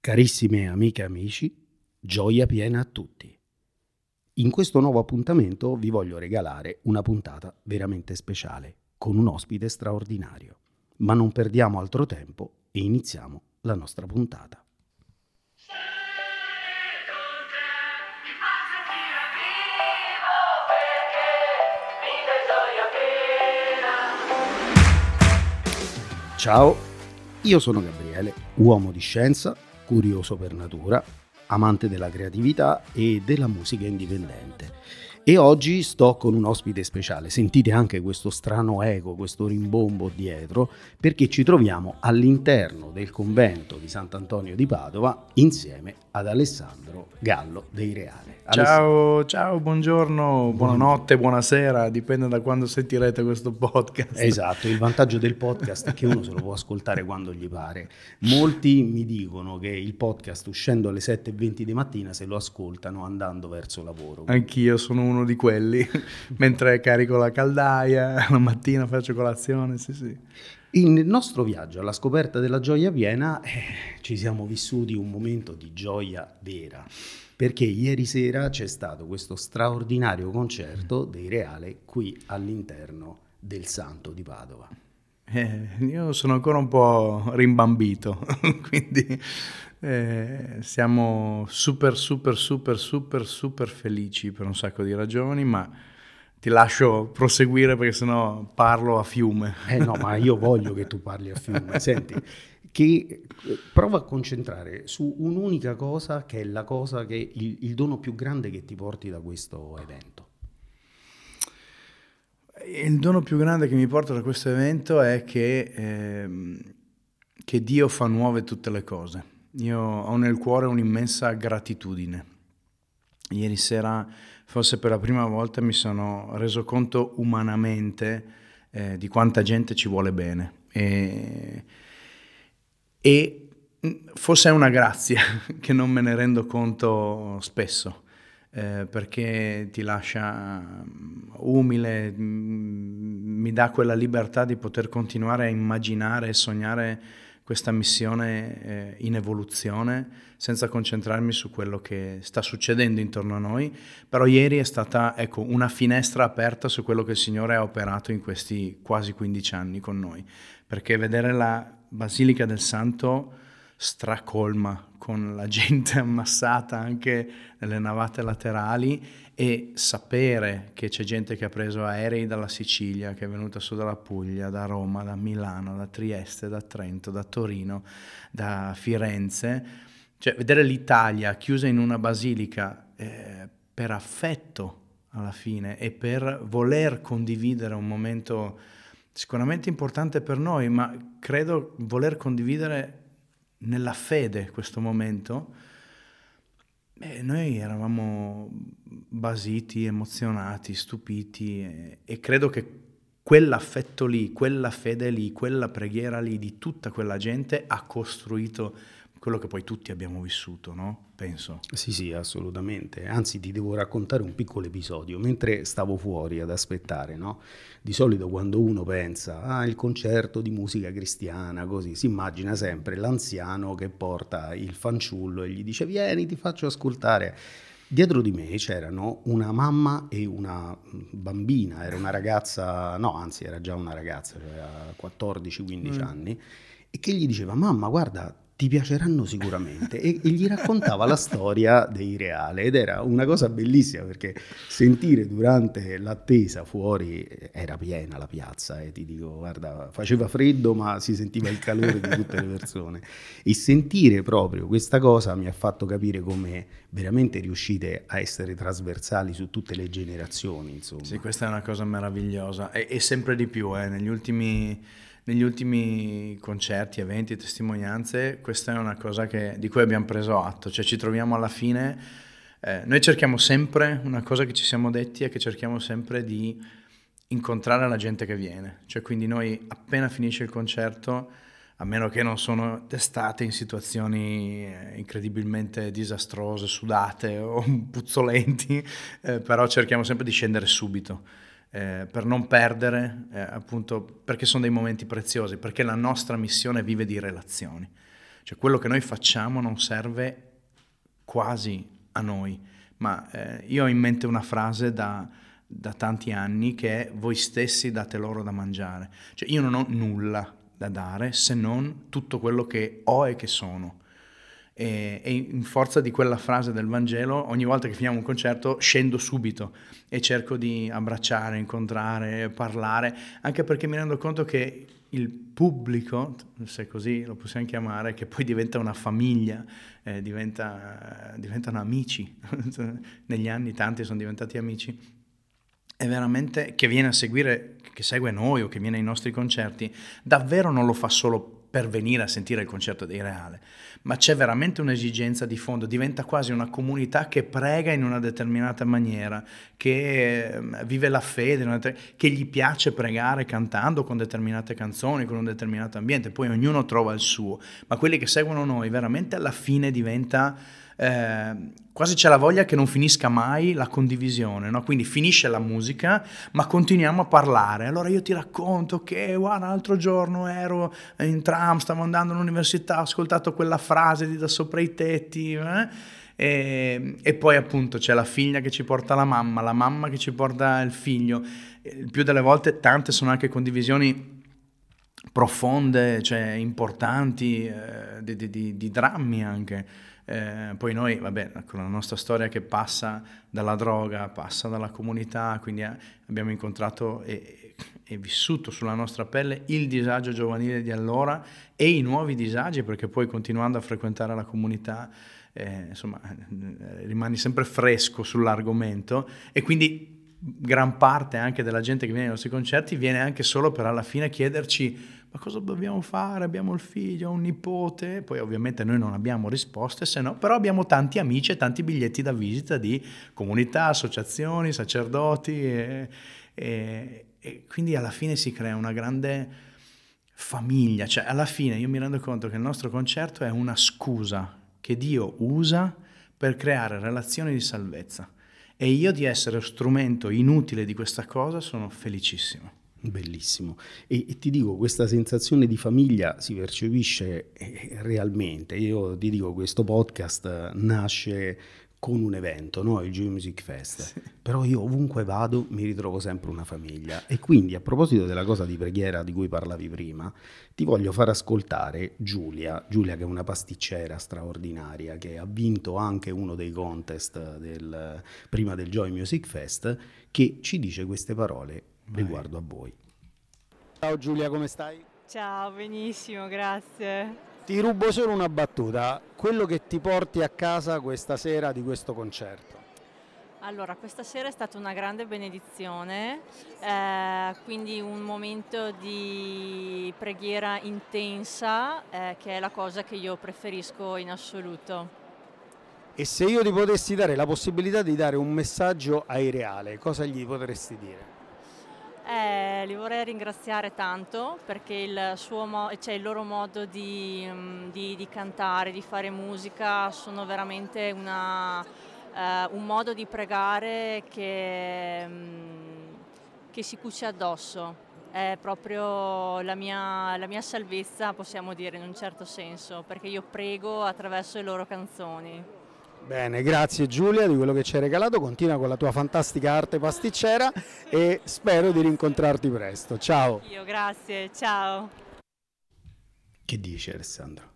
Carissime amiche e amici, gioia piena a tutti. In questo nuovo appuntamento vi voglio regalare una puntata veramente speciale, con un ospite straordinario. Ma non perdiamo altro tempo e iniziamo la nostra puntata. Ciao, io sono Gabriele, uomo di scienza, curioso per natura, amante della creatività e della musica indipendente. E oggi sto con un ospite speciale. Sentite anche questo strano eco, questo rimbombo dietro, perché ci troviamo all'interno del convento di Sant'Antonio di Padova insieme ad Alessandro Gallo dei Reale. Ciao, buongiorno, buonanotte, buonasera, dipende da quando sentirete questo podcast. Esatto, il vantaggio del podcast è che uno se lo può ascoltare quando gli pare. Molti mi dicono che il podcast uscendo alle 7:20 di mattina se lo ascoltano andando verso lavoro. Anch'io sono uno di quelli, mentre carico la caldaia, la mattina faccio colazione, sì. Nel nostro viaggio alla scoperta della gioia piena ci siamo vissuti un momento di gioia vera, perché ieri sera c'è stato questo straordinario concerto dei Reale qui all'interno del Santo di Padova. Io sono ancora un po' rimbambito, quindi siamo super felici per un sacco di ragioni, ma ti lascio proseguire perché sennò parlo a fiume. No, ma io voglio che tu parli a fiume. Senti, prova a concentrare su un'unica cosa che è la cosa che il dono più grande che ti porti da questo evento. Il dono più grande che mi porta da questo evento è che Dio fa nuove tutte le cose. Io ho nel cuore un'immensa gratitudine. Ieri sera, forse per la prima volta, mi sono reso conto umanamente di quanta gente ci vuole bene. E forse è una grazia che non me ne rendo conto spesso. Perché ti lascia umile, mi dà quella libertà di poter continuare a immaginare e sognare questa missione in evoluzione senza concentrarmi su quello che sta succedendo intorno a noi. Però ieri è stata una finestra aperta su quello che il Signore ha operato in questi quasi 15 anni con noi, perché vedere la Basilica del Santo stracolma con la gente ammassata anche nelle navate laterali e sapere che c'è gente che ha preso aerei dalla Sicilia, che è venuta su dalla Puglia, da Roma, da Milano, da Trieste, da Trento, da Torino, da Firenze, cioè vedere l'Italia chiusa in una basilica per affetto alla fine e per voler condividere un momento sicuramente importante per noi, ma credo voler condividere nella fede questo momento, noi eravamo basiti, emozionati, stupiti e credo che quell'affetto lì, quella fede lì, quella preghiera lì di tutta quella gente ha costruito quello che poi tutti abbiamo vissuto, no? Penso. Sì, assolutamente. Anzi, ti devo raccontare un piccolo episodio. Mentre stavo fuori ad aspettare, no? Di solito quando uno pensa il concerto di musica cristiana, così, si immagina sempre l'anziano che porta il fanciullo e gli dice vieni, ti faccio ascoltare. Dietro di me c'erano una mamma e una bambina, era una ragazza, no, anzi era già una ragazza, aveva 14-15 anni, e che gli diceva mamma guarda, ti piaceranno sicuramente, e gli raccontava la storia dei Reale ed era una cosa bellissima perché sentire durante l'attesa fuori era piena la piazza e ti dico guarda faceva freddo ma si sentiva il calore di tutte le persone e sentire proprio questa cosa mi ha fatto capire come veramente riuscite a essere trasversali su tutte le generazioni, insomma. Sì, questa è una cosa meravigliosa e sempre di più negli ultimi concerti, eventi e testimonianze, questa è una cosa di cui abbiamo preso atto, cioè ci troviamo alla fine, noi cerchiamo sempre, una cosa che ci siamo detti è che cerchiamo sempre di incontrare la gente che viene, cioè quindi noi appena finisce il concerto, a meno che non sono testate in situazioni incredibilmente disastrose, sudate o puzzolenti, però cerchiamo sempre di scendere subito. Per non perdere, appunto, perché sono dei momenti preziosi, perché la nostra missione vive di relazioni. Cioè quello che noi facciamo non serve quasi a noi, ma io ho in mente una frase da tanti anni che è: voi stessi date loro da mangiare. Cioè io non ho nulla da dare se non tutto quello che ho e che sono. E in forza di quella frase del Vangelo, ogni volta che finiamo un concerto scendo subito e cerco di abbracciare, incontrare, parlare, anche perché mi rendo conto che il pubblico, se così lo possiamo chiamare, che poi diventa una famiglia, diventano amici, negli anni tanti sono diventati amici, è veramente, che viene a seguire, che segue noi o che viene ai nostri concerti, davvero non lo fa solo per venire a sentire il concerto dei Reale, ma c'è veramente un'esigenza di fondo, diventa quasi una comunità che prega in una determinata maniera, che vive la fede, che gli piace pregare cantando con determinate canzoni, con un determinato ambiente, poi ognuno trova il suo, ma quelli che seguono noi veramente alla fine diventa... quasi c'è la voglia che non finisca mai la condivisione, no? Quindi finisce la musica ma continuiamo a parlare. Allora io ti racconto che guarda, l'altro giorno ero in tram, stavo andando all'università, ho ascoltato quella frase di Da sopra i tetti, e poi appunto c'è la figlia che ci porta la mamma che ci porta il figlio. Il più delle volte tante sono anche condivisioni profonde, cioè importanti, di drammi anche. Poi noi, vabbè, con la nostra storia che passa dalla droga, passa dalla comunità, quindi abbiamo incontrato e vissuto sulla nostra pelle il disagio giovanile di allora e i nuovi disagi, perché poi continuando a frequentare la comunità, insomma, rimani sempre fresco sull'argomento e quindi gran parte anche della gente che viene ai nostri concerti viene anche solo per alla fine chiederci: ma cosa dobbiamo fare? Abbiamo il figlio, un nipote, poi ovviamente noi non abbiamo risposte, se no, però abbiamo tanti amici e tanti biglietti da visita di comunità, associazioni, sacerdoti e quindi alla fine si crea una grande famiglia, cioè alla fine io mi rendo conto che il nostro concerto è una scusa che Dio usa per creare relazioni di salvezza e io di essere strumento inutile di questa cosa sono felicissimo. Bellissimo. E ti dico, questa sensazione di famiglia si percepisce realmente. Io ti dico, questo podcast nasce con un evento, no? Il Joy Music Fest. Sì. Però io ovunque vado mi ritrovo sempre una famiglia. E quindi, a proposito della cosa di preghiera di cui parlavi prima, ti voglio far ascoltare Giulia, che è una pasticcera straordinaria, che ha vinto anche uno dei contest prima del Joy Music Fest, che ci dice queste parole riguardo a voi. Ciao Giulia, come stai? Ciao, benissimo, grazie. Ti rubo solo una battuta, quello che ti porti a casa questa sera di questo concerto. Allora, questa sera è stata una grande benedizione, quindi un momento di preghiera intensa, che è la cosa che io preferisco in assoluto. E se io ti potessi dare la possibilità di dare un messaggio ai Reale, cosa gli potresti dire? Li vorrei ringraziare tanto perché il loro modo di cantare, di fare musica sono veramente un modo di pregare che si cuce addosso. È proprio la mia salvezza, possiamo dire in un certo senso, perché io prego attraverso le loro canzoni. Bene, grazie Giulia di quello che ci hai regalato, continua con la tua fantastica arte pasticcera e spero di rincontrarti presto. Ciao. Io, grazie, ciao. Che dici Alessandro?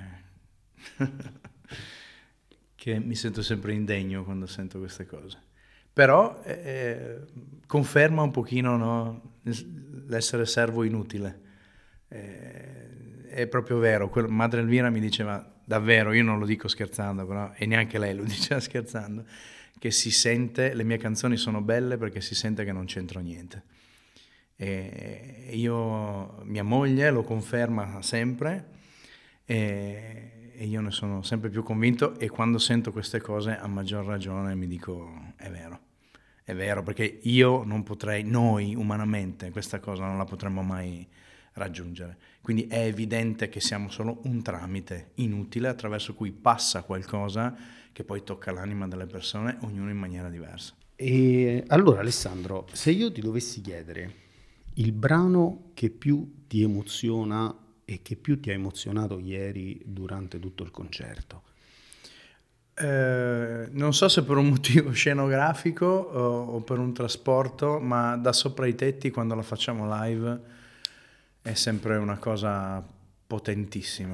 Che mi sento sempre indegno quando sento queste cose. Però conferma un pochino, no, l'essere servo inutile. È proprio vero, Madre Elvira mi diceva, davvero, io non lo dico scherzando, però, e neanche lei lo diceva scherzando, che si sente, le mie canzoni sono belle perché si sente che non c'entro niente. E mia moglie lo conferma sempre e io ne sono sempre più convinto e quando sento queste cose a maggior ragione mi dico è vero perché io non potrei, noi umanamente questa cosa non la potremmo mai raggiungere, quindi è evidente che siamo solo un tramite inutile attraverso cui passa qualcosa che poi tocca l'anima delle persone, ognuno in maniera diversa. E allora Alessandro, se io ti dovessi chiedere il brano che più ti emoziona e che più ti ha emozionato ieri durante tutto il concerto? Non so se per un motivo scenografico o per un trasporto, ma da sopra i tetti quando la facciamo live è sempre una cosa potentissima.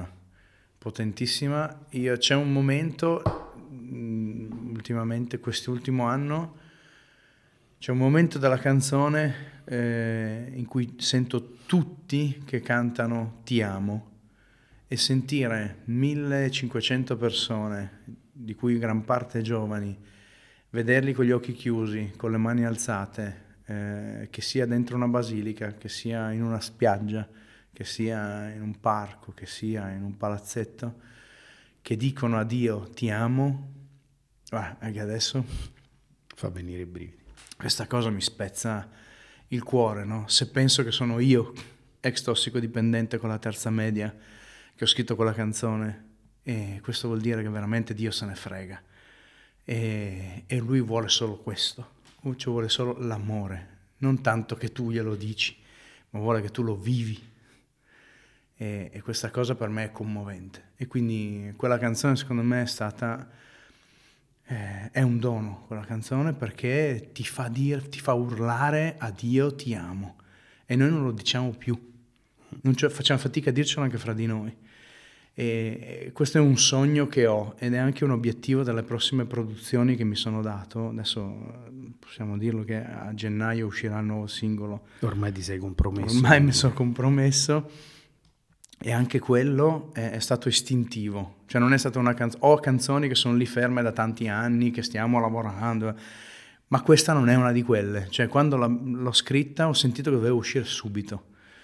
C'è un momento, ultimamente, quest'ultimo anno, c'è un momento della canzone in cui sento tutti che cantano Ti amo, e sentire 1500 persone, di cui gran parte giovani, vederli con gli occhi chiusi, con le mani alzate, che sia dentro una basilica, che sia in una spiaggia, che sia in un parco, che sia in un palazzetto, che dicono a Dio ti amo, anche adesso Fa venire i brividi. Questa cosa mi spezza il cuore, no? Se penso che sono io, ex tossicodipendente con la terza media, che ho scritto quella canzone, e questo vuol dire che veramente Dio se ne frega, e Lui vuole solo questo, cioè vuole solo l'amore, non tanto che tu glielo dici, ma vuole che tu lo vivi, e questa cosa per me è commovente, e quindi quella canzone secondo me è stata, è un dono quella canzone, perché ti fa urlare a Dio ti amo, e noi non lo diciamo più, facciamo fatica a dircelo anche fra di noi. E questo è un sogno che ho, ed è anche un obiettivo delle prossime produzioni che mi sono dato. Adesso possiamo dirlo che a gennaio uscirà il nuovo singolo. Ormai ti sei compromesso. Ormai mi sono compromesso, e anche quello è stato istintivo. Cioè non è stata una canzone, ho canzoni che sono lì ferme da tanti anni, che stiamo lavorando, ma questa non è una di quelle. Cioè quando l'ho scritta ho sentito che doveva uscire subito.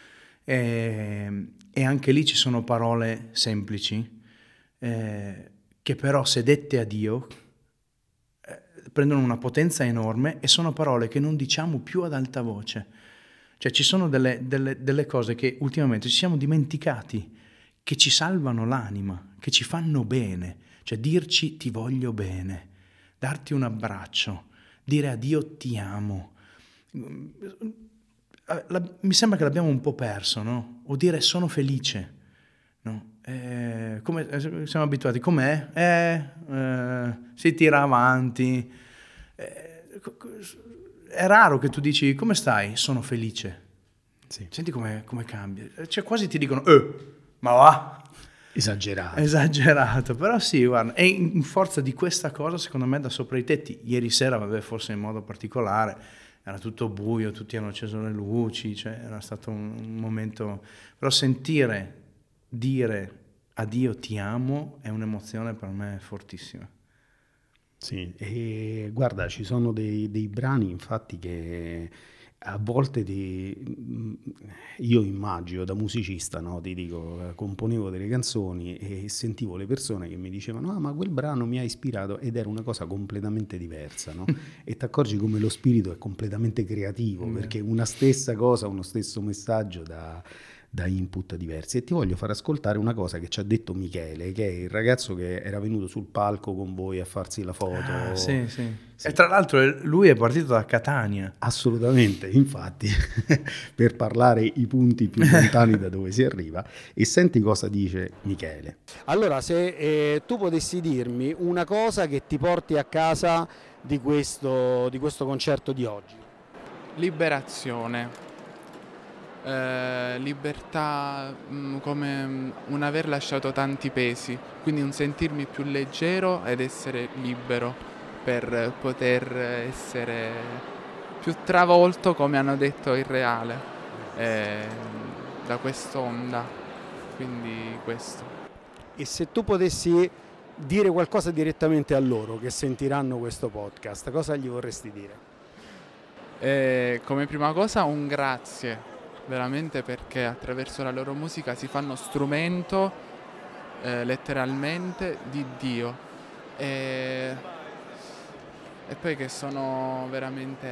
E anche lì ci sono parole semplici, che però, se dette a Dio, prendono una potenza enorme, e sono parole che non diciamo più ad alta voce. Cioè ci sono delle cose che ultimamente ci siamo dimenticati, che ci salvano l'anima, che ci fanno bene. Cioè dirci ti voglio bene, darti un abbraccio, dire a Dio ti amo. Mi sembra che l'abbiamo un po' perso, no? O dire sono felice, no? Come siamo abituati, com'è? Si tira avanti. È raro che tu dici come stai? Sono felice. Sì. Senti come cambia. Cioè quasi ti dicono ma va. Esagerato, però sì, guarda, e in forza di questa cosa, secondo me, da sopra i tetti, ieri sera, vabbè, forse in modo particolare, era tutto buio, tutti hanno acceso le luci, cioè era stato un momento, però sentire dire a Dio ti amo è un'emozione per me fortissima. Sì, e guarda, ci sono dei brani infatti che a volte io immagino da musicista, no? Ti dico, componevo delle canzoni e sentivo le persone che mi dicevano ma quel brano mi ha ispirato, ed era una cosa completamente diversa, no? E ti accorgi come lo spirito è completamente creativo, perché una stessa cosa, uno stesso messaggio da input diversi. E ti voglio far ascoltare una cosa che ci ha detto Michele, che è il ragazzo che era venuto sul palco con voi a farsi la foto. Sì. E tra l'altro lui è partito da Catania. Assolutamente, infatti, per parlare i punti più lontani da dove si arriva. E senti cosa dice Michele. Allora, se tu potessi dirmi una cosa che ti porti a casa di questo concerto di oggi. Liberazione. Libertà, come un aver lasciato tanti pesi, quindi un sentirmi più leggero ed essere libero per poter essere più travolto, come hanno detto, il reale, da quest'onda, quindi questo. E se tu potessi dire qualcosa direttamente a loro che sentiranno questo podcast, cosa gli vorresti dire? Come prima cosa un grazie, veramente, perché attraverso la loro musica si fanno strumento letteralmente di Dio, e poi che sono veramente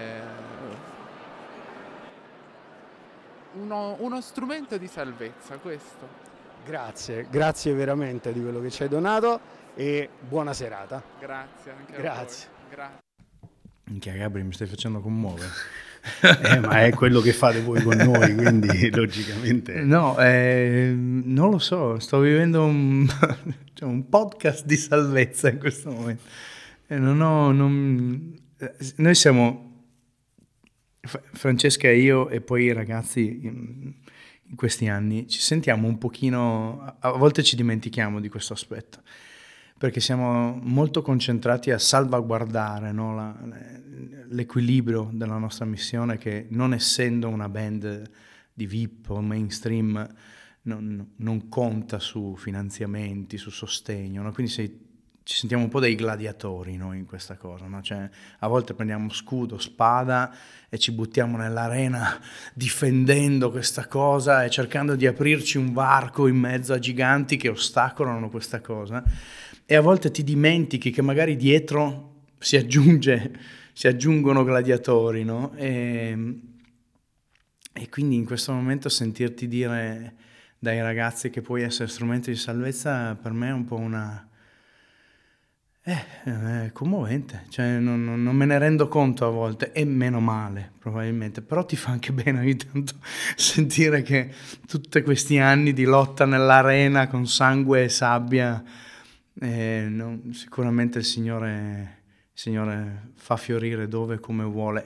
uno strumento di salvezza, questo. Grazie veramente di quello che ci hai donato, e buona serata. Grazie anche Grazie. a voi. Grazie. Minchia Gabri, mi stai facendo commuovere. Ma è quello che fate voi con noi, quindi logicamente... No, non lo so, sto vivendo un podcast di salvezza in questo momento. Noi siamo, Francesca e io e poi i ragazzi in questi anni, ci sentiamo un pochino, a volte ci dimentichiamo di questo aspetto, perché siamo molto concentrati a salvaguardare, no, l'equilibrio della nostra missione, che non essendo una band di VIP o mainstream non conta su finanziamenti, su sostegno, no? Quindi ci sentiamo un po' dei gladiatori noi in questa cosa, no? Cioè, a volte prendiamo scudo, spada e ci buttiamo nell'arena difendendo questa cosa e cercando di aprirci un varco in mezzo a giganti che ostacolano questa cosa, e a volte ti dimentichi che magari dietro si aggiungono gladiatori, no? E quindi in questo momento sentirti dire dai ragazzi che puoi essere strumento di salvezza, per me è un po' è commovente, cioè non me ne rendo conto a volte, e meno male probabilmente, però ti fa anche bene ogni tanto sentire che tutti questi anni di lotta nell'arena con sangue e sabbia, sicuramente il Signore fa fiorire dove e come vuole.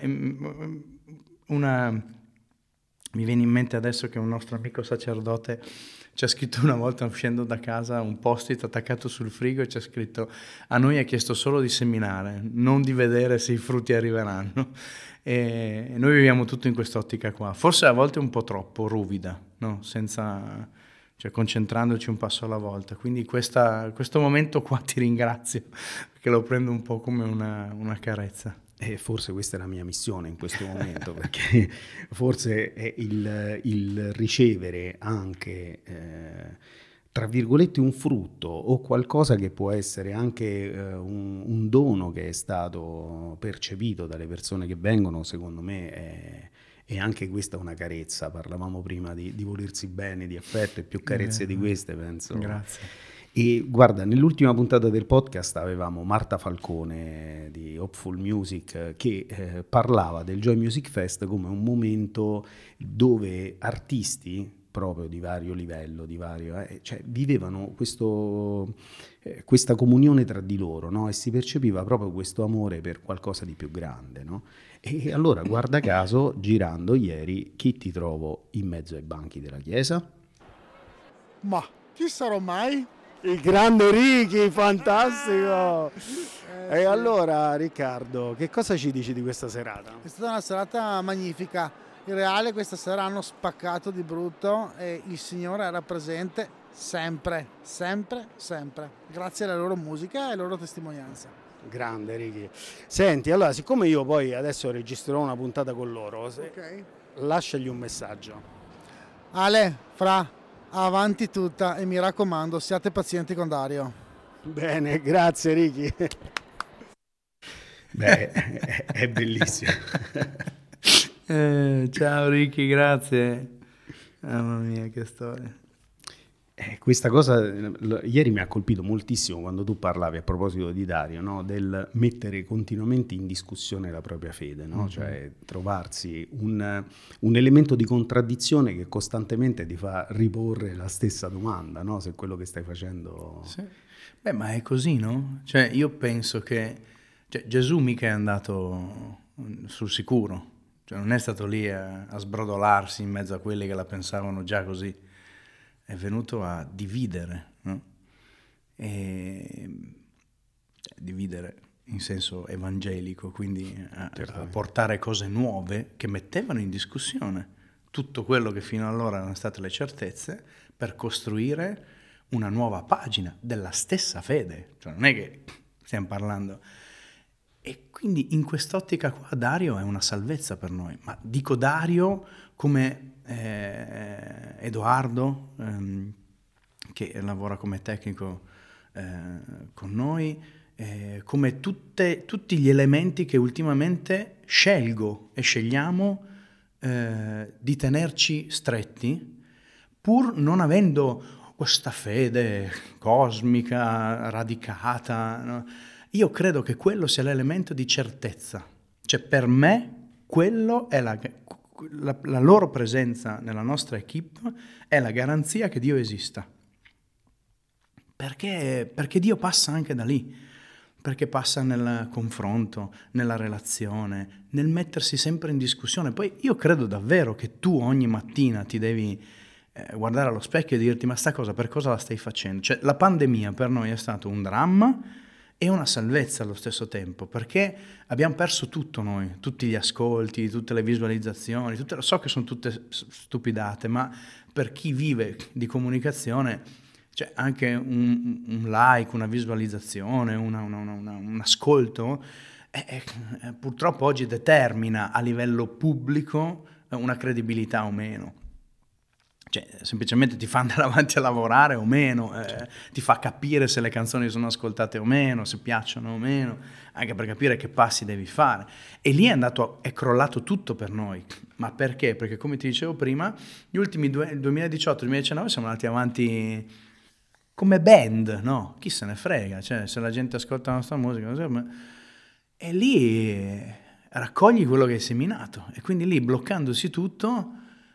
Mi viene in mente adesso che un nostro amico sacerdote ci ha scritto una volta, uscendo da casa, un post-it attaccato sul frigo, e ci ha scritto: a noi ha chiesto solo di seminare, non di vedere se i frutti arriveranno. E noi viviamo tutto in quest'ottica qua, forse a volte un po' troppo ruvida, no? Cioè concentrandoci un passo alla volta. Quindi questo momento qua ti ringrazio, perché lo prendo un po' come una carezza. E forse questa è la mia missione in questo momento, perché forse è il ricevere anche, tra virgolette, un frutto o qualcosa che può essere anche un dono che è stato percepito dalle persone che vengono, secondo me è anche questa una carezza. Parlavamo prima di volersi bene, di affetto, e più carezze di queste, penso. Grazie. E guarda, nell'ultima puntata del podcast avevamo Marta Falcone di Hopeful Music che parlava del Joy Music Fest come un momento dove artisti proprio di vario livello, cioè vivevano questa comunione tra di loro, no? E si percepiva proprio questo amore per qualcosa di più grande, no? E allora, guarda caso, girando ieri, chi ti trovo in mezzo ai banchi della chiesa? Ma chi sarò mai? Il grande Ricky, fantastico! E allora, Riccardo, che cosa ci dici di questa serata? È stata una serata magnifica. In reale questa sera hanno spaccato di brutto e il Signore era presente sempre, sempre, sempre. Grazie alla loro musica e alla loro testimonianza. Grande Ricky. Senti, allora, siccome io poi adesso registrerò una puntata con loro, Okay. lasciagli un messaggio. Ale, avanti tutta, e mi raccomando, siate pazienti con Dario. Bene, grazie Ricky. Beh, è bellissimo. Ciao Ricky, grazie. Mamma mia, che storia. Questa cosa ieri mi ha colpito moltissimo quando tu parlavi, a proposito di Dario, no? Del mettere continuamente in discussione la propria fede, no? Mm-hmm. Cioè trovarsi un elemento di contraddizione che costantemente ti fa riporre la stessa domanda, no? Se quello che stai facendo... Sì. Beh, ma è così, no? Cioè io penso che Gesù mica è andato sul sicuro, cioè non è stato lì a sbrodolarsi in mezzo a quelli che la pensavano già così. È venuto a dividere, no? Dividere in senso evangelico, quindi a portare cose nuove che mettevano in discussione tutto quello che fino allora erano state le certezze, per costruire una nuova pagina della stessa fede. Cioè non è che stiamo parlando... E quindi in quest'ottica qua Dario è una salvezza per noi, ma dico Dario come Edoardo, che lavora come tecnico con noi, come tutti gli elementi che ultimamente scegliamo di tenerci stretti, pur non avendo questa fede cosmica, radicata, no? Io credo che quello sia l'elemento di certezza. Cioè per me quello è la loro presenza nella nostra equipe è la garanzia che Dio esista. Perché Dio passa anche da lì, perché passa nel confronto, nella relazione, nel mettersi sempre in discussione. Poi io credo davvero che tu ogni mattina ti devi guardare allo specchio e dirti: ma sta cosa per cosa la stai facendo? Cioè, la pandemia per noi è stato un dramma e una salvezza allo stesso tempo, perché abbiamo perso tutto noi, tutti gli ascolti, tutte le visualizzazioni, so che sono tutte stupidate, ma per chi vive di comunicazione, cioè anche un like, una visualizzazione, un ascolto, purtroppo oggi determina a livello pubblico una credibilità o meno. Cioè, semplicemente ti fa andare avanti a lavorare o meno, ti fa capire se le canzoni sono ascoltate o meno, se piacciono o meno, anche per capire che passi devi fare. E lì è crollato tutto per noi. Ma perché? Perché, come ti dicevo prima, gli ultimi 2018-2019 siamo andati avanti come band, no? Chi se ne frega, cioè se la gente ascolta la nostra musica, e lì raccogli quello che hai seminato. E quindi lì, bloccandosi tutto,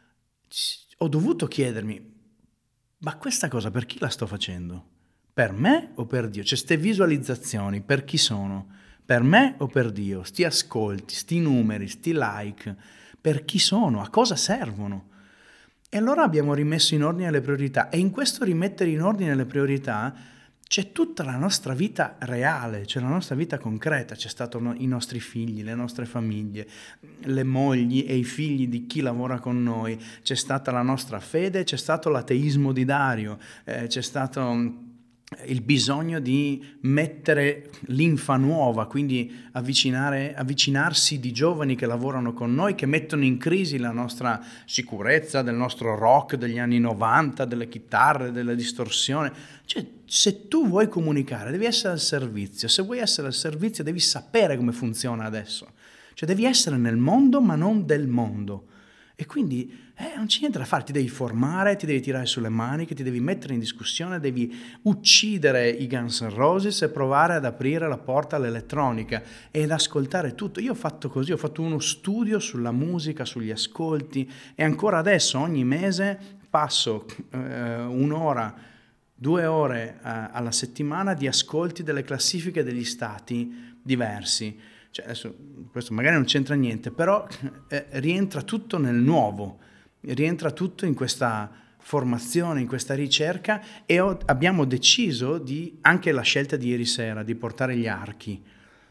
ho dovuto chiedermi: ma questa cosa per chi la sto facendo? Per me o per Dio? Cioè, ste visualizzazioni per chi sono? Per me o per Dio? Sti ascolti, sti numeri, sti like, per chi sono? A cosa servono? E allora abbiamo rimesso in ordine le priorità, e in questo rimettere in ordine le priorità c'è tutta la nostra vita reale, c'è la nostra vita concreta, c'è stato i nostri figli, le nostre famiglie, le mogli e i figli di chi lavora con noi, c'è stata la nostra fede, c'è stato l'ateismo di Dario, c'è stato il bisogno di mettere linfa nuova, quindi avvicinarsi di giovani che lavorano con noi, che mettono in crisi la nostra sicurezza, del nostro rock degli anni 90, delle chitarre, della distorsione. Cioè, se tu vuoi comunicare, devi essere al servizio. Se vuoi essere al servizio, devi sapere come funziona adesso. Cioè, devi essere nel mondo, ma non del mondo. E quindi non c'è niente da fare, ti devi formare, ti devi tirare sulle maniche, ti devi mettere in discussione, devi uccidere i Guns N' Roses e provare ad aprire la porta all'elettronica ed ascoltare tutto. Io ho fatto così, ho fatto uno studio sulla musica, sugli ascolti, e ancora adesso ogni mese passo 1 ora, 2 ore alla settimana di ascolti delle classifiche degli stati diversi. Cioè, adesso questo magari non c'entra niente, però rientra tutto nel nuovo, rientra tutto in questa formazione, in questa ricerca, e abbiamo deciso anche la scelta di ieri sera di portare gli archi.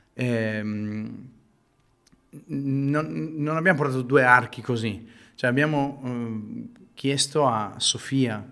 Non abbiamo portato 2 archi così, cioè abbiamo chiesto a Sofia,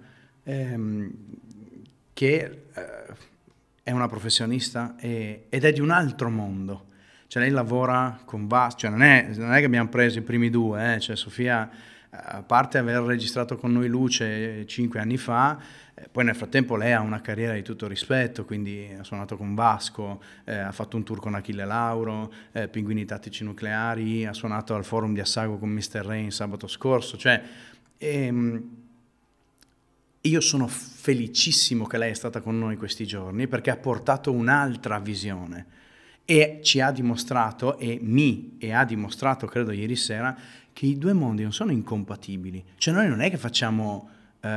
che è una professionista ed è di un altro mondo. Cioè lei lavora con Vasco, cioè non è che abbiamo preso i primi 2, cioè Sofia, a parte aver registrato con noi Luce 5 anni fa, poi nel frattempo lei ha una carriera di tutto rispetto, quindi ha suonato con Vasco, ha fatto un tour con Achille Lauro, Pinguini Tattici Nucleari, ha suonato al Forum di Assago con Mr. Rain sabato scorso, cioè io sono felicissimo che lei è stata con noi questi giorni, perché ha portato un'altra visione. E ci ha dimostrato, e ha dimostrato, credo ieri sera, che i 2 mondi non sono incompatibili. Cioè noi non è che facciamo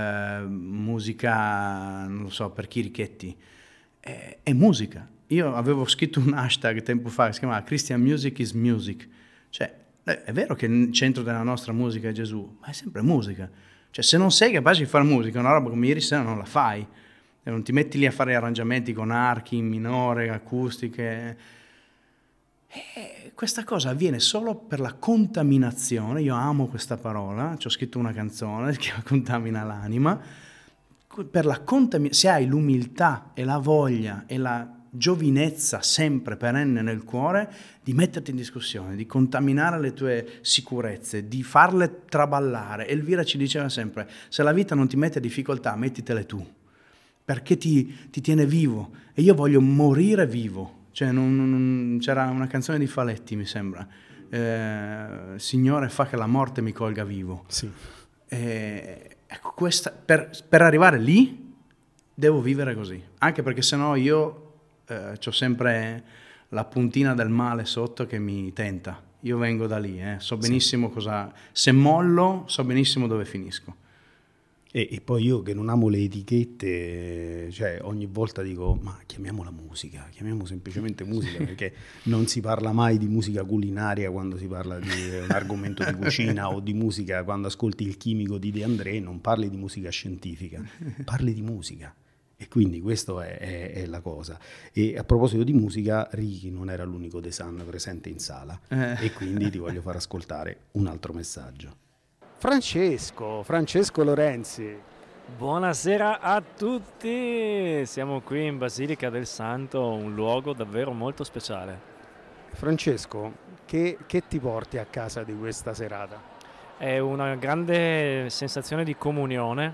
musica, non lo so, per chirichetti, è musica. Io avevo scritto un hashtag tempo fa che si chiamava Christian Music is Music. Cioè è vero che il centro della nostra musica è Gesù, ma è sempre musica. Cioè se non sei capace di fare musica, una roba come ieri sera non la fai. E non ti metti lì a fare arrangiamenti con archi in minore, acustiche. Questa cosa avviene solo per la contaminazione. Io amo questa parola, ci ho scritto una canzone che contamina l'anima. Per la se hai l'umiltà e la voglia e la giovinezza sempre perenne nel cuore di metterti in discussione, di contaminare le tue sicurezze, di farle traballare. Elvira ci diceva sempre: se la vita non ti mette difficoltà, mettitele tu, perché ti tiene vivo, e io voglio morire vivo. Cioè c'era una canzone di Faletti, mi sembra, Signore fa che la morte mi colga vivo. Sì. Ecco, per arrivare lì devo vivere così, anche perché sennò io c'ho sempre la puntina del male sotto che mi tenta io vengo da lì, so benissimo cosa, se mollo so benissimo dove finisco. E poi io che non amo le etichette, cioè ogni volta dico, ma chiamiamola musica, chiamiamo semplicemente musica, perché non si parla mai di musica culinaria quando si parla di un argomento di cucina, o di musica quando ascolti Il chimico di De André, non parli di musica scientifica, parli di musica. E quindi questa è la cosa. E a proposito di musica, Ricky non era l'unico The Sun presente in sala, e quindi ti voglio far ascoltare un altro messaggio. Francesco Lorenzi. Buonasera a tutti, siamo qui in Basilica del Santo, un luogo davvero molto speciale. Francesco, che ti porti a casa di questa serata? È una grande sensazione di comunione,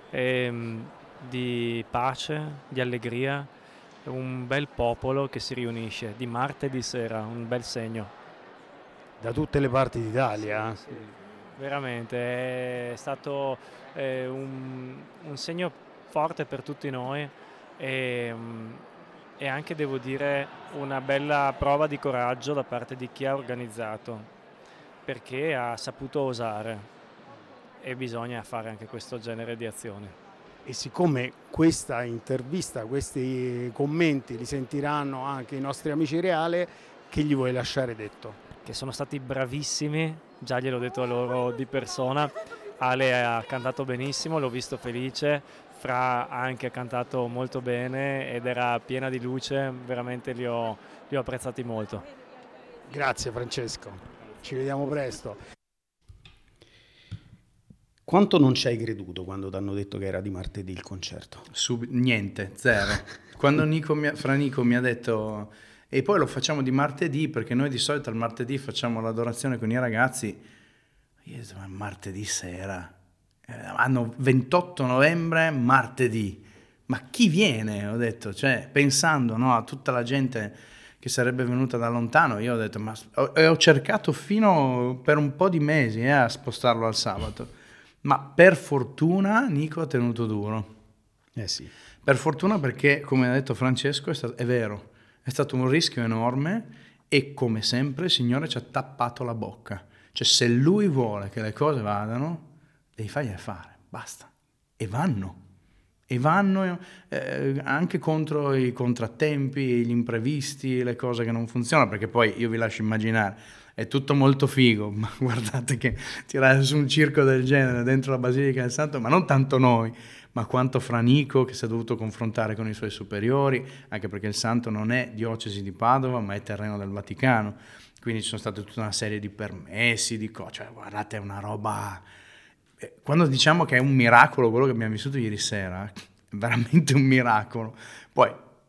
di pace, di allegria, un bel popolo che si riunisce di martedì sera, un bel segno. Da tutte le parti d'Italia? Sì. Veramente è stato un segno forte per tutti noi e anche, devo dire, una bella prova di coraggio da parte di chi ha organizzato, perché ha saputo osare e bisogna fare anche questo genere di azioni. E siccome questa intervista, questi commenti li sentiranno anche i nostri amici Reale, che gli vuoi lasciare detto? Che sono stati bravissimi, già gliel'ho detto a loro di persona. Ale ha cantato benissimo, l'ho visto felice, Fra anche ha cantato molto bene ed era piena di luce, veramente li ho apprezzati molto. Grazie Francesco, ci vediamo presto. Quanto non ci hai creduto quando ti hanno detto che era di martedì il concerto? Niente, zero. Quando Fra Nico mi ha detto... E poi lo facciamo di martedì, perché noi di solito al martedì facciamo l'adorazione con i ragazzi. Io ho detto, ma martedì sera? Hanno 28 novembre, martedì. Ma chi viene? Ho detto, cioè, pensando, no, a tutta la gente che sarebbe venuta da lontano, io ho detto, ma ho cercato fino per un po' di mesi a spostarlo al sabato. Ma per fortuna Nico ha tenuto duro. Sì. Per fortuna, perché, come ha detto Francesco, è vero. È stato un rischio enorme e, come sempre, il Signore ci ha tappato la bocca. Cioè, se Lui vuole che le cose vadano, devi fargliele fare, basta. E vanno anche contro i contrattempi, gli imprevisti, le cose che non funzionano, perché poi io vi lascio immaginare, è tutto molto figo, ma guardate che tirare su un circo del genere dentro la Basilica del Santo, ma non tanto noi, ma quanto Fra Nico, che si è dovuto confrontare con i suoi superiori, anche perché il Santo non è diocesi di Padova, ma è terreno del Vaticano, quindi ci sono state tutta una serie di permessi, di cose, cioè guardate, è una roba... Quando diciamo che è un miracolo quello che abbiamo vissuto ieri sera, è veramente un miracolo. Poi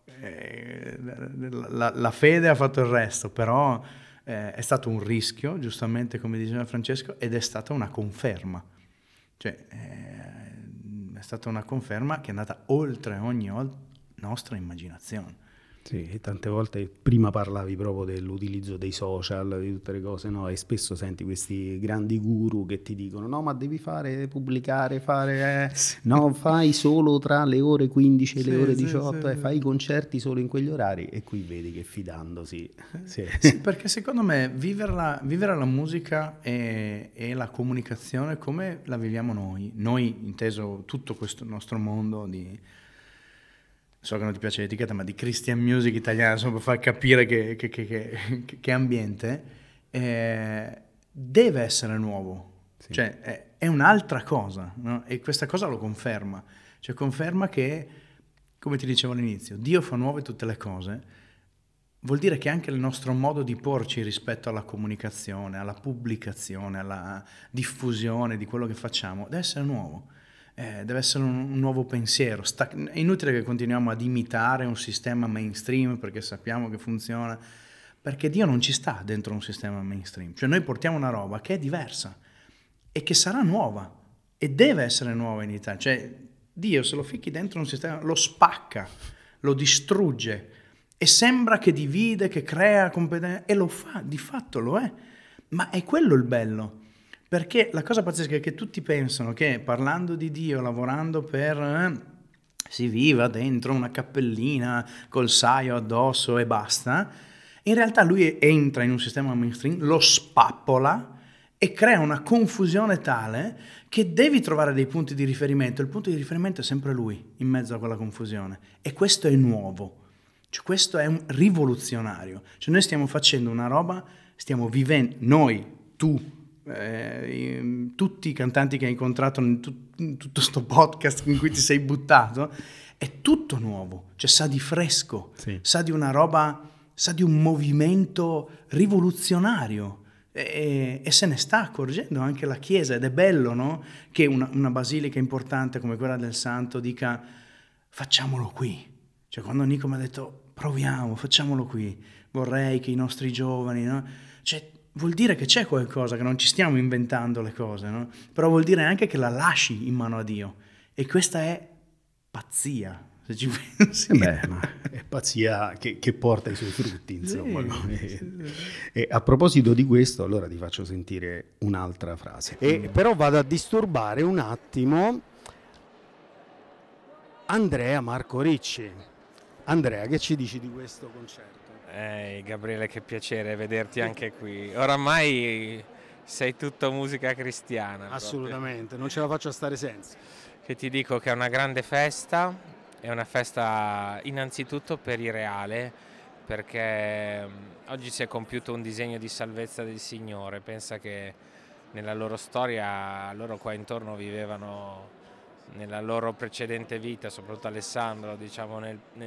la fede ha fatto il resto, però è stato un rischio, giustamente come diceva Francesco, ed è stata una conferma. Cioè, è stata una conferma che è andata oltre ogni nostra immaginazione. Sì, e tante volte prima parlavi proprio dell'utilizzo dei social, di tutte le cose, no? E spesso senti questi grandi guru che ti dicono no, ma devi pubblicare, no, fai solo tra le ore 15 e le ore 18, fai i concerti solo in quegli orari, e qui vedi che fidandosi... Sì, perché secondo me vivere la musica e la comunicazione come la viviamo noi inteso tutto questo nostro mondo di... So che non ti piace l'etichetta, ma di Christian music italiana, insomma, per far capire che ambiente, deve essere nuovo. Sì. Cioè, è un'altra cosa, no? E questa cosa lo conferma. Cioè, conferma che, come ti dicevo all'inizio, Dio fa nuove tutte le cose. Vuol dire che anche il nostro modo di porci rispetto alla comunicazione, alla pubblicazione, alla diffusione di quello che facciamo, deve essere nuovo. Deve essere un nuovo pensiero. È inutile che continuiamo ad imitare un sistema mainstream perché sappiamo che funziona, perché Dio non ci sta dentro un sistema mainstream. Cioè noi portiamo una roba che è diversa e che sarà nuova e deve essere nuova in Italia. Cioè Dio, se lo ficchi dentro un sistema, lo spacca, lo distrugge e sembra che divide, che crea competenza, e lo fa, di fatto lo è, ma è quello il bello. Perché la cosa pazzesca è che tutti pensano che parlando di Dio, lavorando per si viva dentro una cappellina col saio addosso e basta, In realtà lui entra in un sistema mainstream, lo spappola e crea una confusione tale che devi trovare dei punti di riferimento. Il punto di riferimento è sempre lui, in mezzo a quella confusione. E questo è nuovo, cioè questo è un rivoluzionario. Cioè noi stiamo facendo una roba, stiamo vivendo, noi, tu, tutti i cantanti che hai incontrato in tutto sto podcast in cui ti sei buttato, è tutto nuovo, cioè sa di fresco, Sì. sa di una roba, sa di un movimento rivoluzionario. E se ne sta accorgendo anche la Chiesa, ed è bello, no? Che una basilica importante come quella del Santo dica facciamolo qui. Cioè quando Nico mi ha detto proviamo, facciamolo qui, vorrei che i nostri giovani, no? Cioè vuol dire che c'è qualcosa, che non ci stiamo inventando le cose, no? Però vuol dire anche che la lasci in mano a Dio, e questa è pazzia, se ci pensi. Ma è pazzia che porta i suoi frutti, insomma. Sì, No? sì. E a proposito di questo, allora ti faccio sentire un'altra frase. Però vado a disturbare un attimo Andrea Marco Ricci. Andrea, che ci dici di questo concerto? Gabriele, che piacere vederti anche qui. Oramai sei tutto musica cristiana. Assolutamente, non ce la faccio a stare senza. Che ti dico che è una grande festa, è una festa innanzitutto per i Reale, perché oggi si è compiuto un disegno di salvezza del Signore. Pensa che nella loro storia, loro qua intorno vivevano nella loro precedente vita, soprattutto Alessandro, diciamo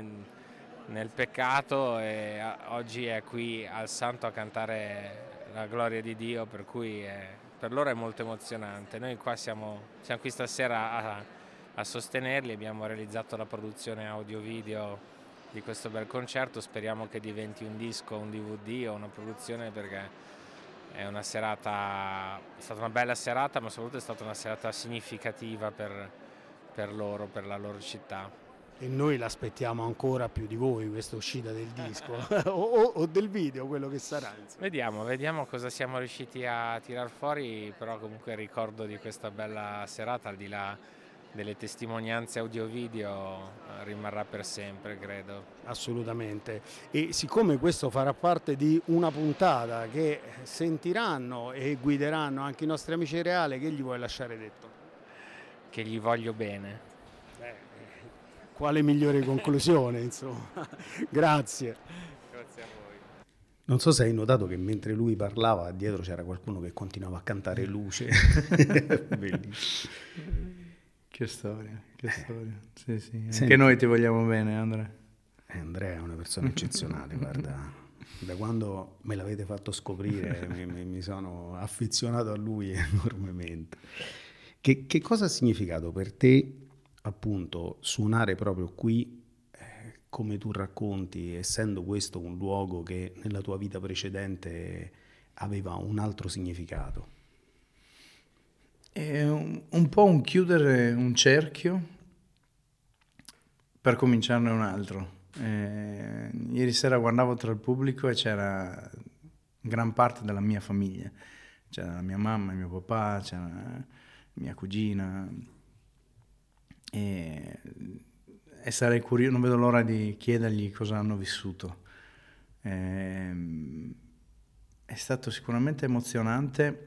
nel peccato, e oggi è qui al Santo a cantare la gloria di Dio, per cui per loro è molto emozionante. Noi qua siamo qui stasera a sostenerli, abbiamo realizzato la produzione audio-video di questo bel concerto, speriamo che diventi un disco, un DVD o una produzione, perché è una serata, è stata una bella serata, ma soprattutto è stata una serata significativa per loro, per la loro città. E noi l'aspettiamo ancora più di voi, questa uscita del disco o del video, quello che sarà. Insomma. Vediamo cosa siamo riusciti a tirar fuori, però comunque il ricordo di questa bella serata, al di là delle testimonianze audio-video, rimarrà per sempre, credo. Assolutamente. E siccome questo farà parte di una puntata che sentiranno e guideranno anche i nostri amici Reale, che gli vuoi lasciare detto? Che gli voglio bene. Quale migliore conclusione, insomma. Grazie. Grazie a voi. Non so se hai notato che mentre lui parlava dietro c'era qualcuno che continuava a cantare Luce. Bellissimo. Che storia, che storia. Sì, sì. Senti. Anche noi ti vogliamo bene, Andrea. Andrea è una persona eccezionale, guarda. Da quando me l'avete fatto scoprire mi sono affezionato a lui enormemente. Che cosa ha significato per te, appunto, suonare proprio qui, come tu racconti, essendo questo un luogo che nella tua vita precedente aveva un altro significato? È un po' un chiudere un cerchio per cominciarne un altro. Ieri sera guardavo tra il pubblico e c'era gran parte della mia famiglia. C'era la mia mamma, il mio papà, c'era mia cugina. E sarei curioso, non vedo l'ora di chiedergli cosa hanno vissuto. È stato sicuramente emozionante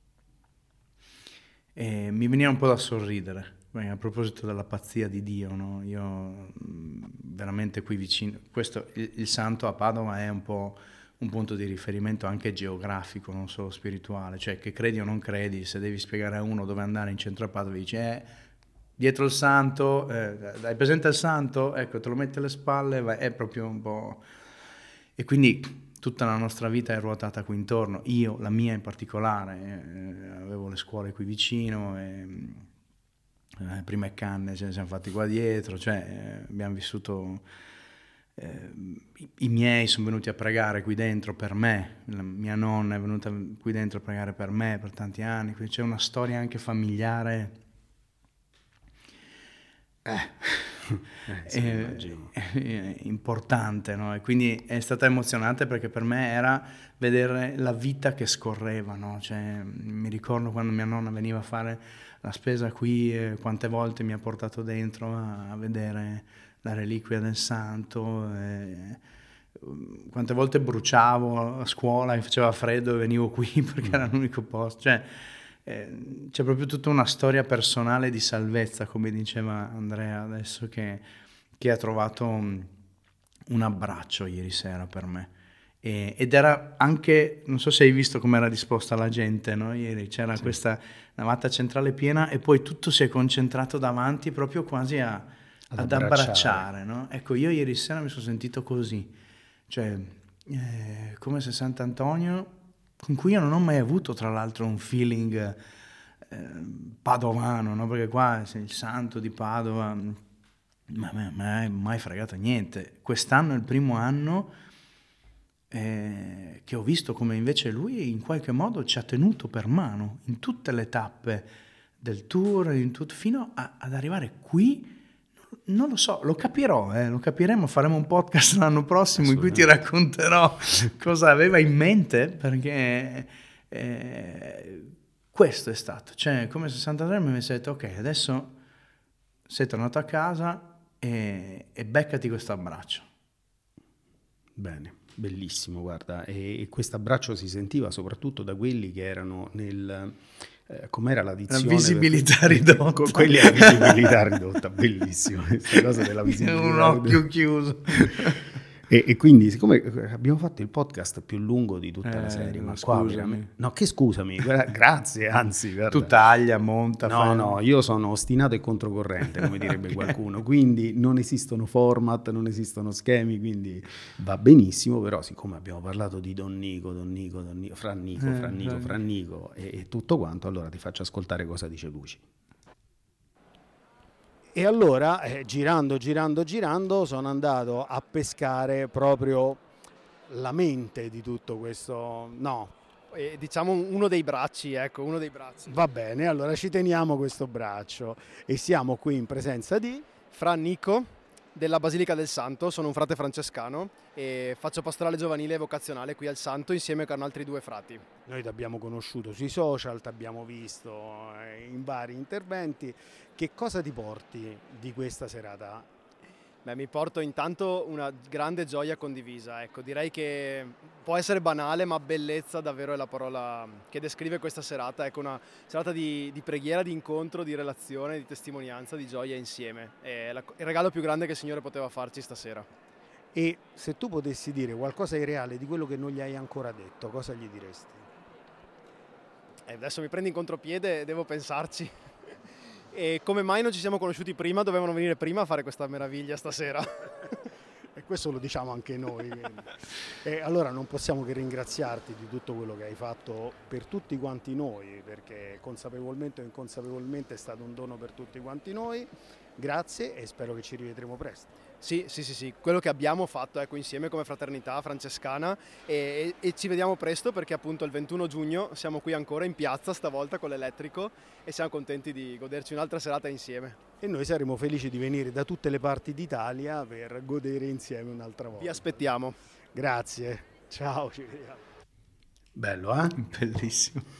e mi veniva un po' da sorridere. A proposito della pazzia di Dio, no? Io veramente qui vicino, questo, il Santo a Padova è un po' un punto di riferimento anche geografico, non solo spirituale, cioè che credi o non credi, se devi spiegare a uno dove andare in centro a Padova, dici dietro il Santo, hai presente il Santo? Ecco, te lo metti alle spalle, è proprio un po'... E quindi tutta la nostra vita è ruotata qui intorno, io, la mia in particolare, avevo le scuole qui vicino, prima e Canne ce ne siamo fatti qua dietro, cioè abbiamo vissuto, i miei sono venuti a pregare qui dentro per me, la mia nonna è venuta qui dentro a pregare per me per tanti anni, quindi c'è una storia anche familiare importante, no? E quindi è stata emozionante perché per me era vedere la vita che scorreva, no? Cioè, mi ricordo quando mia nonna veniva a fare la spesa qui, quante volte mi ha portato dentro a vedere la reliquia del Santo, quante volte bruciavo a scuola, che faceva freddo e venivo qui perché era l'unico posto, cioè c'è proprio tutta una storia personale di salvezza, come diceva Andrea adesso, che ha trovato un abbraccio ieri sera per me. Ed era anche, non so se hai visto come era disposta la gente, no? Ieri c'era questa navata centrale piena e poi tutto si è concentrato davanti proprio quasi ad abbracciare, no? Ecco, io ieri sera mi sono sentito così, cioè come se Sant'Antonio, con cui io non ho mai avuto tra l'altro un feeling padovano, no? Perché qua il santo di Padova ma mai fregato niente. Quest'anno è il primo anno che ho visto come invece lui in qualche modo ci ha tenuto per mano in tutte le tappe del tour, fino ad arrivare qui. Non lo so, lo capiremo, faremo un podcast l'anno prossimo in cui ti racconterò cosa aveva in mente, perché questo è stato, cioè come 63 mi avesse detto ok, adesso sei tornato a casa e beccati questo abbraccio. Bene. Bellissimo, guarda, e questo abbraccio si sentiva soprattutto da quelli che erano com'era la dizione? La visibilità ridotta. Quelli alla visibilità ridotta, bellissimo, questa cosa della visibilità. Un occhio chiuso. E quindi, siccome abbiamo fatto il podcast più lungo di tutta la serie, ma scusami. Scusami, grazie, anzi. Guarda. Tu taglia, monta. No, io sono ostinato e controcorrente, come direbbe qualcuno, quindi non esistono format, non esistono schemi, quindi va benissimo, però siccome abbiamo parlato di Don Nico, Fra Nico e tutto quanto, allora ti faccio ascoltare cosa dice Luci. E allora, girando, sono andato a pescare proprio la mente di tutto questo, diciamo uno dei bracci. Va bene, allora ci teniamo questo braccio e siamo qui in presenza di Fra Nico della Basilica del Santo, sono un frate francescano e faccio pastorale giovanile e vocazionale qui al Santo insieme con altri 2 frati. Noi ti abbiamo conosciuto sui social, ti abbiamo visto in vari interventi. Che cosa ti porti di questa serata? Beh, mi porto intanto una grande gioia condivisa, ecco, direi che può essere banale, ma bellezza davvero è la parola che descrive questa serata, ecco, una serata di preghiera, di incontro, di relazione, di testimonianza, di gioia insieme. È il regalo più grande che il Signore poteva farci stasera. E se tu potessi dire qualcosa di reale di quello che non gli hai ancora detto, cosa gli diresti? Adesso mi prendi in contropiede, devo pensarci. E come mai non ci siamo conosciuti prima? Dovevano venire prima a fare questa meraviglia stasera. E questo lo diciamo anche noi. E allora non possiamo che ringraziarti di tutto quello che hai fatto per tutti quanti noi, perché consapevolmente o inconsapevolmente è stato un dono per tutti quanti noi. Grazie e spero che ci rivedremo presto. Sì, quello che abbiamo fatto, ecco, insieme come fraternità francescana e ci vediamo presto, perché appunto il 21 giugno siamo qui ancora in piazza, stavolta con l'elettrico, e siamo contenti di goderci un'altra serata insieme. E noi saremo felici di venire da tutte le parti d'Italia per godere insieme un'altra volta. Vi aspettiamo. Grazie, ciao, ci vediamo. Bello, Bellissimo.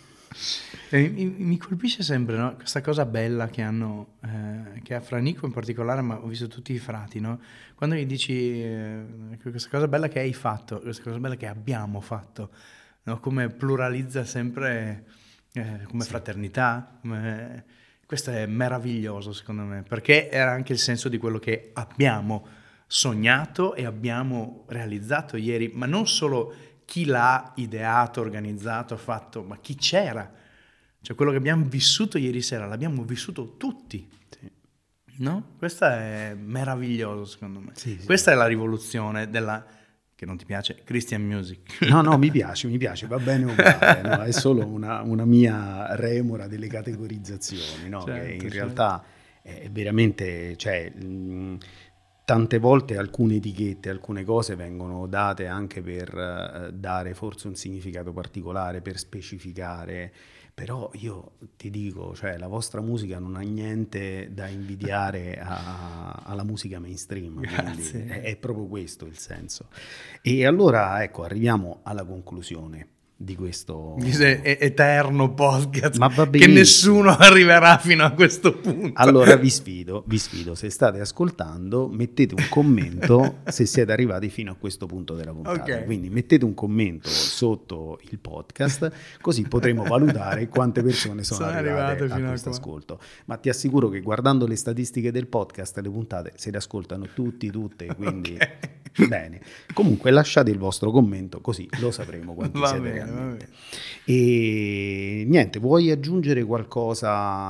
Mi colpisce sempre, no? Questa cosa bella che hanno, che ha Fra Nico in particolare, ma ho visto tutti i frati, no? Quando gli dici questa cosa bella che hai fatto, questa cosa bella che abbiamo fatto, no? Come pluralizza sempre come fraternità, questo è meraviglioso secondo me, perché era anche il senso di quello che abbiamo sognato e abbiamo realizzato ieri, ma non solo chi l'ha ideato, organizzato, fatto, ma chi c'era. Cioè quello che abbiamo vissuto ieri sera, l'abbiamo vissuto tutti. Sì. No? Questo è meraviglioso secondo me. Sì. Questa è la rivoluzione della, che non ti piace, Christian music. No, mi piace, va bene uguale, no? È solo una mia remora delle categorizzazioni, no? Certo, che in realtà è veramente, cioè, tante volte alcune etichette, alcune cose vengono date anche per dare forse un significato particolare, per specificare, però io ti dico, cioè la vostra musica non ha niente da invidiare alla musica mainstream, quindi è proprio questo il senso. E allora ecco, arriviamo alla conclusione. di questo eterno podcast, ma va che benissimo. nessuno arriverà fino a questo punto. Allora vi sfido, se state ascoltando, mettete un commento se siete arrivati fino a questo punto della puntata. Ok. Quindi mettete un commento sotto il podcast, così potremo valutare quante persone sono arrivate a fino questo qua. ascolto. Ma ti assicuro che guardando le statistiche del podcast, le puntate se le ascoltano tutte, quindi bene. Comunque lasciate il vostro commento, così lo sapremo quanti Va siete bene, realmente. va bene. E niente, vuoi aggiungere qualcosa,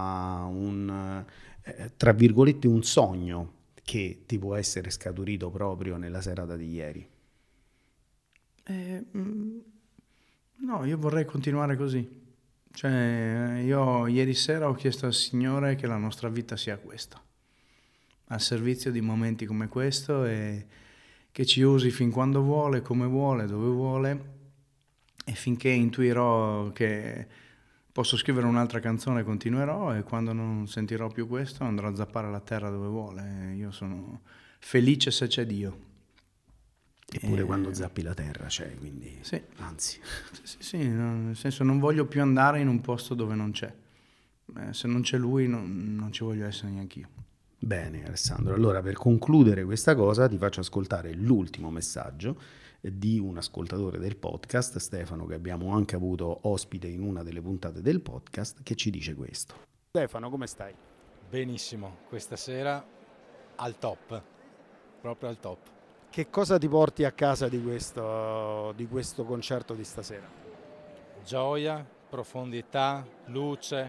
tra virgolette, un sogno che ti può essere scaturito proprio nella serata di ieri? No, io vorrei continuare così. Cioè, io ieri sera ho chiesto al Signore che la nostra vita sia questa, al servizio di momenti come questo, e che ci usi fin quando vuole, come vuole, dove vuole, e finché intuirò che posso scrivere un'altra canzone continuerò, e quando non sentirò più questo andrò a zappare la terra dove vuole. Io sono felice se c'è Dio. Eppure quando zappi la terra c'è, quindi Sì. anzi. Sì, no, nel senso, non voglio più andare in un posto dove non c'è. Se non c'è Lui non ci voglio essere neanche io. Bene Alessandro, allora per concludere questa cosa ti faccio ascoltare l'ultimo messaggio di un ascoltatore del podcast, Stefano, che abbiamo anche avuto ospite in una delle puntate del podcast, che ci dice questo. Stefano, come stai? Benissimo, questa sera al top, proprio al top. Che cosa ti porti a casa di questo concerto di stasera? Gioia, profondità, luce.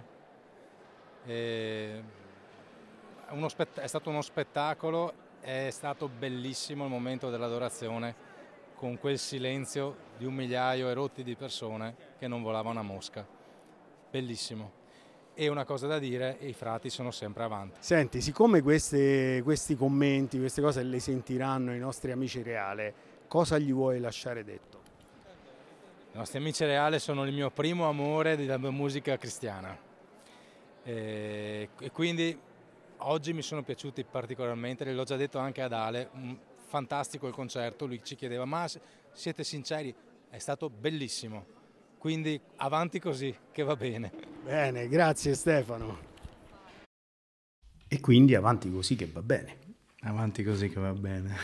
È stato uno spettacolo, è stato bellissimo il momento dell'adorazione, con quel silenzio di 1 migliaio e rotti di persone che non volava una mosca. Bellissimo. E una cosa da dire, i frati sono sempre avanti. Senti, siccome questi commenti, queste cose le sentiranno i nostri amici Reale, cosa gli vuoi lasciare detto? I nostri amici Reale sono il mio primo amore della musica cristiana. E quindi oggi mi sono piaciuti particolarmente, l'ho già detto anche ad Ale, fantastico il concerto, lui ci chiedeva ma siete sinceri? È stato bellissimo, quindi avanti così che va bene. Bene, grazie Stefano. E quindi avanti così che va bene. Avanti così che va bene.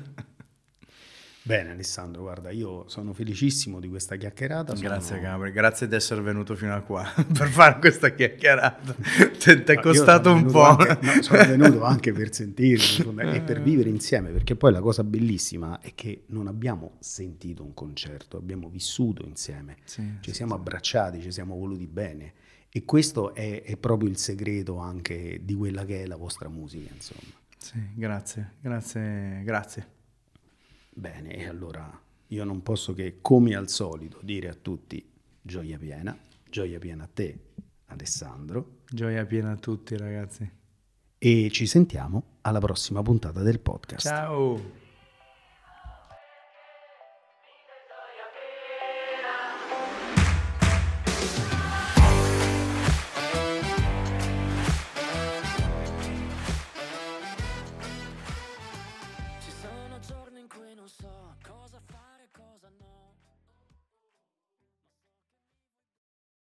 Bene Alessandro, guarda, io sono felicissimo di questa chiacchierata. Grazie Gabri, grazie di essere venuto fino a qua per fare questa chiacchierata. Ti è costato un po'. Sono venuto anche per sentirmi e per vivere insieme, perché poi la cosa bellissima è che non abbiamo sentito un concerto, abbiamo vissuto insieme, ci siamo abbracciati, ci siamo voluti bene, e questo è proprio il segreto anche di quella che è la vostra musica, insomma. Sì, grazie. Bene, e allora io non posso che, come al solito, dire a tutti gioia piena a te Alessandro. Gioia piena a tutti ragazzi. E ci sentiamo alla prossima puntata del podcast. Ciao!